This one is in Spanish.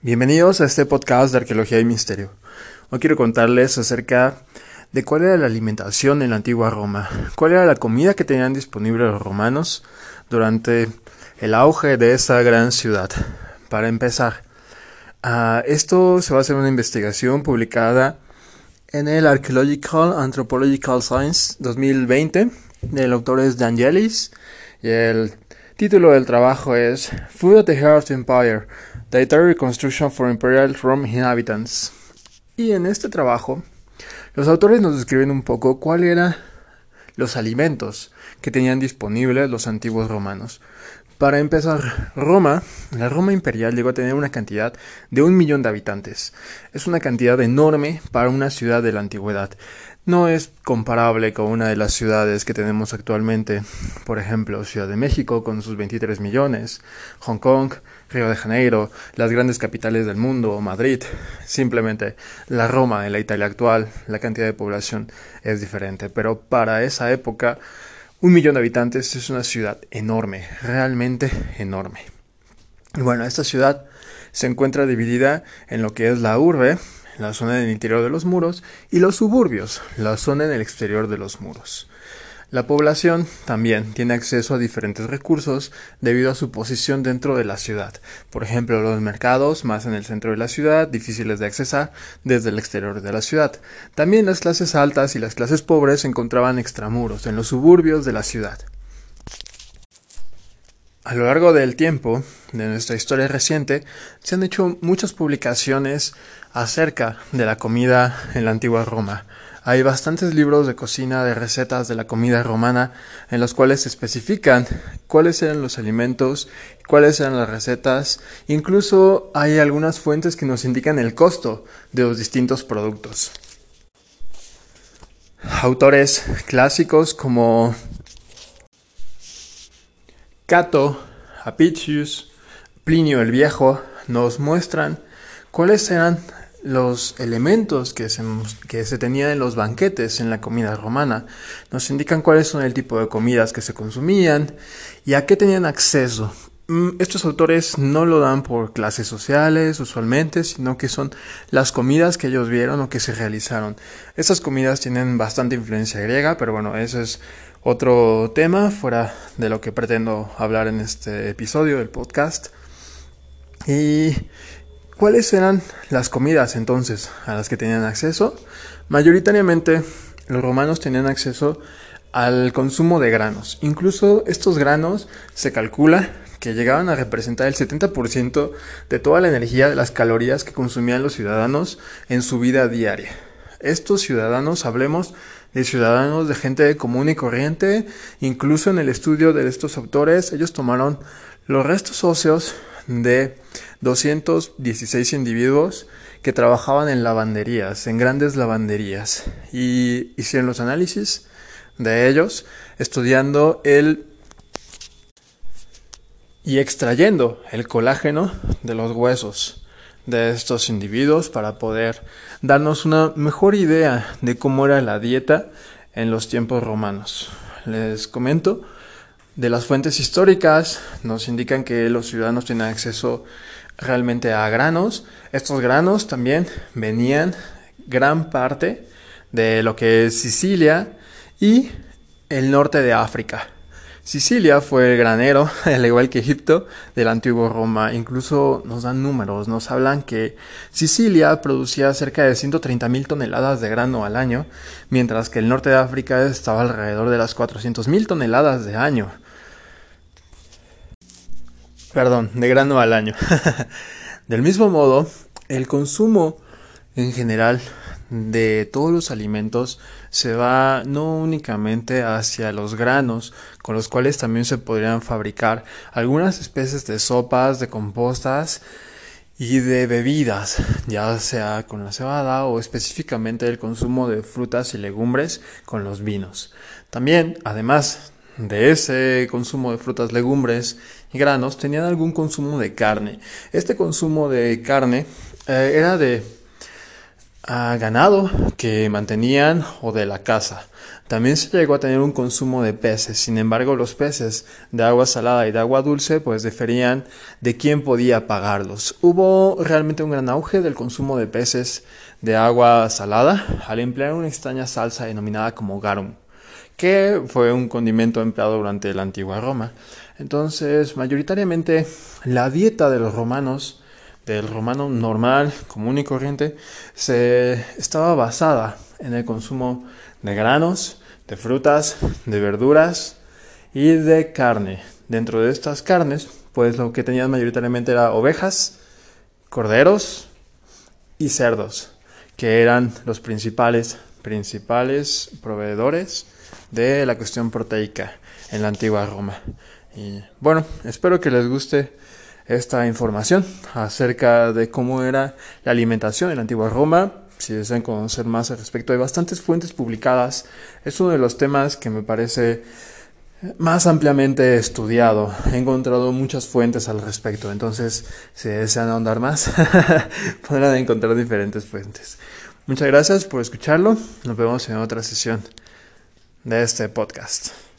Bienvenidos a este podcast de Arqueología y Misterio. Hoy quiero contarles acerca de cuál era la alimentación en la antigua Roma, cuál era la comida que tenían disponible los romanos durante el auge de esa gran ciudad. Para empezar, esto se va a hacer una investigación publicada en el Archaeological Anthropological Science 2020. El autor es De Angelis y el título del trabajo es Food at the Heart of the Empire, Dietary Reconstruction for Imperial Rome Inhabitants. Y en este trabajo, los autores nos describen un poco cuáles eran los alimentos que tenían disponibles los antiguos romanos. Para empezar, la Roma imperial llegó a tener una cantidad de 1 millón de habitantes. Es una cantidad enorme para una ciudad de la antigüedad. No es comparable con una de las ciudades que tenemos actualmente, por ejemplo, Ciudad de México con sus 23 millones, Hong Kong, Río de Janeiro, las grandes capitales del mundo, Madrid. Simplemente la Roma de la Italia actual, la cantidad de población es diferente, pero para esa época 1 millón de habitantes es una ciudad enorme, realmente enorme. Y bueno, esta ciudad se encuentra dividida en lo que es la urbe, la zona en el interior de los muros, y los suburbios, la zona en el exterior de los muros. La población también tiene acceso a diferentes recursos debido a su posición dentro de la ciudad. Por ejemplo, los mercados, más en el centro de la ciudad, difíciles de accesar desde el exterior de la ciudad. También las clases altas y las clases pobres se encontraban extramuros, en los suburbios de la ciudad. A lo largo del tiempo, de nuestra historia reciente, se han hecho muchas publicaciones acerca de la comida en la antigua Roma. Hay bastantes libros de cocina, de recetas de la comida romana, en los cuales se especifican cuáles eran los alimentos, cuáles eran las recetas. Incluso hay algunas fuentes que nos indican el costo de los distintos productos. Autores clásicos como Cato, Apicius, Plinio el Viejo nos muestran cuáles eran los elementos que se tenían en los banquetes en la comida romana. Nos indican cuáles son el tipo de comidas que se consumían y a qué tenían acceso. Estos autores no lo dan por clases sociales usualmente, sino que son las comidas que ellos vieron o que se realizaron. Estas comidas tienen bastante influencia griega, pero bueno, eso es otro tema fuera de lo que pretendo hablar en este episodio del podcast. ¿Y cuáles eran las comidas entonces a las que tenían acceso? Mayoritariamente los romanos tenían acceso al consumo de granos. Incluso estos granos se calcula que llegaban a representar el 70% de toda la energía de las calorías que consumían los ciudadanos en su vida diaria. Estos ciudadanos, hablemos de ciudadanos de gente común y corriente. Incluso en el estudio de estos autores, ellos tomaron los restos óseos de 216 individuos que trabajaban en lavanderías, en grandes lavanderías, y hicieron los análisis de ellos, estudiando y extrayendo el colágeno de los huesos de estos individuos para poder darnos una mejor idea de cómo era la dieta en los tiempos romanos. Les comento, de las fuentes históricas nos indican que los ciudadanos tenían acceso realmente a granos. Estos granos también venían gran parte de lo que es Sicilia y el norte de África. Sicilia fue el granero, al igual que Egipto, de la antigua Roma. Incluso nos dan números, nos hablan que Sicilia producía cerca de 130,000 toneladas de grano al año, mientras que el norte de África estaba alrededor de las 400,000 toneladas de grano al año. Del mismo modo, el consumo en general de todos los alimentos se va no únicamente hacia los granos, con los cuales también se podrían fabricar algunas especies de sopas, de compostas y de bebidas, ya sea con la cebada o específicamente el consumo de frutas y legumbres con los vinos. También, además de ese consumo de frutas, legumbres y granos, tenían algún consumo de carne. Este consumo de carne era de a ganado que mantenían o de la caza. También se llegó a tener un consumo de peces. Sin embargo, los peces de agua salada y de agua dulce pues diferían de quién podía pagarlos. Hubo realmente un gran auge del consumo de peces de agua salada al emplear una extraña salsa denominada como garum, que fue un condimento empleado durante la antigua Roma. Entonces, mayoritariamente la dieta de los romanos, del romano normal, común y corriente, estaba basada en el consumo de granos, de frutas, de verduras y de carne. Dentro de estas carnes, pues lo que tenían mayoritariamente era ovejas, corderos y cerdos, que eran los principales proveedores de la cuestión proteica en la antigua Roma. Y bueno, espero que les guste esta información acerca de cómo era la alimentación en la antigua Roma. Si desean conocer más al respecto, hay bastantes fuentes publicadas. Es uno de los temas que me parece más ampliamente estudiado. He encontrado muchas fuentes al respecto. Entonces, si desean ahondar más, podrán encontrar diferentes fuentes. Muchas gracias por escucharlo. Nos vemos en otra sesión de este podcast.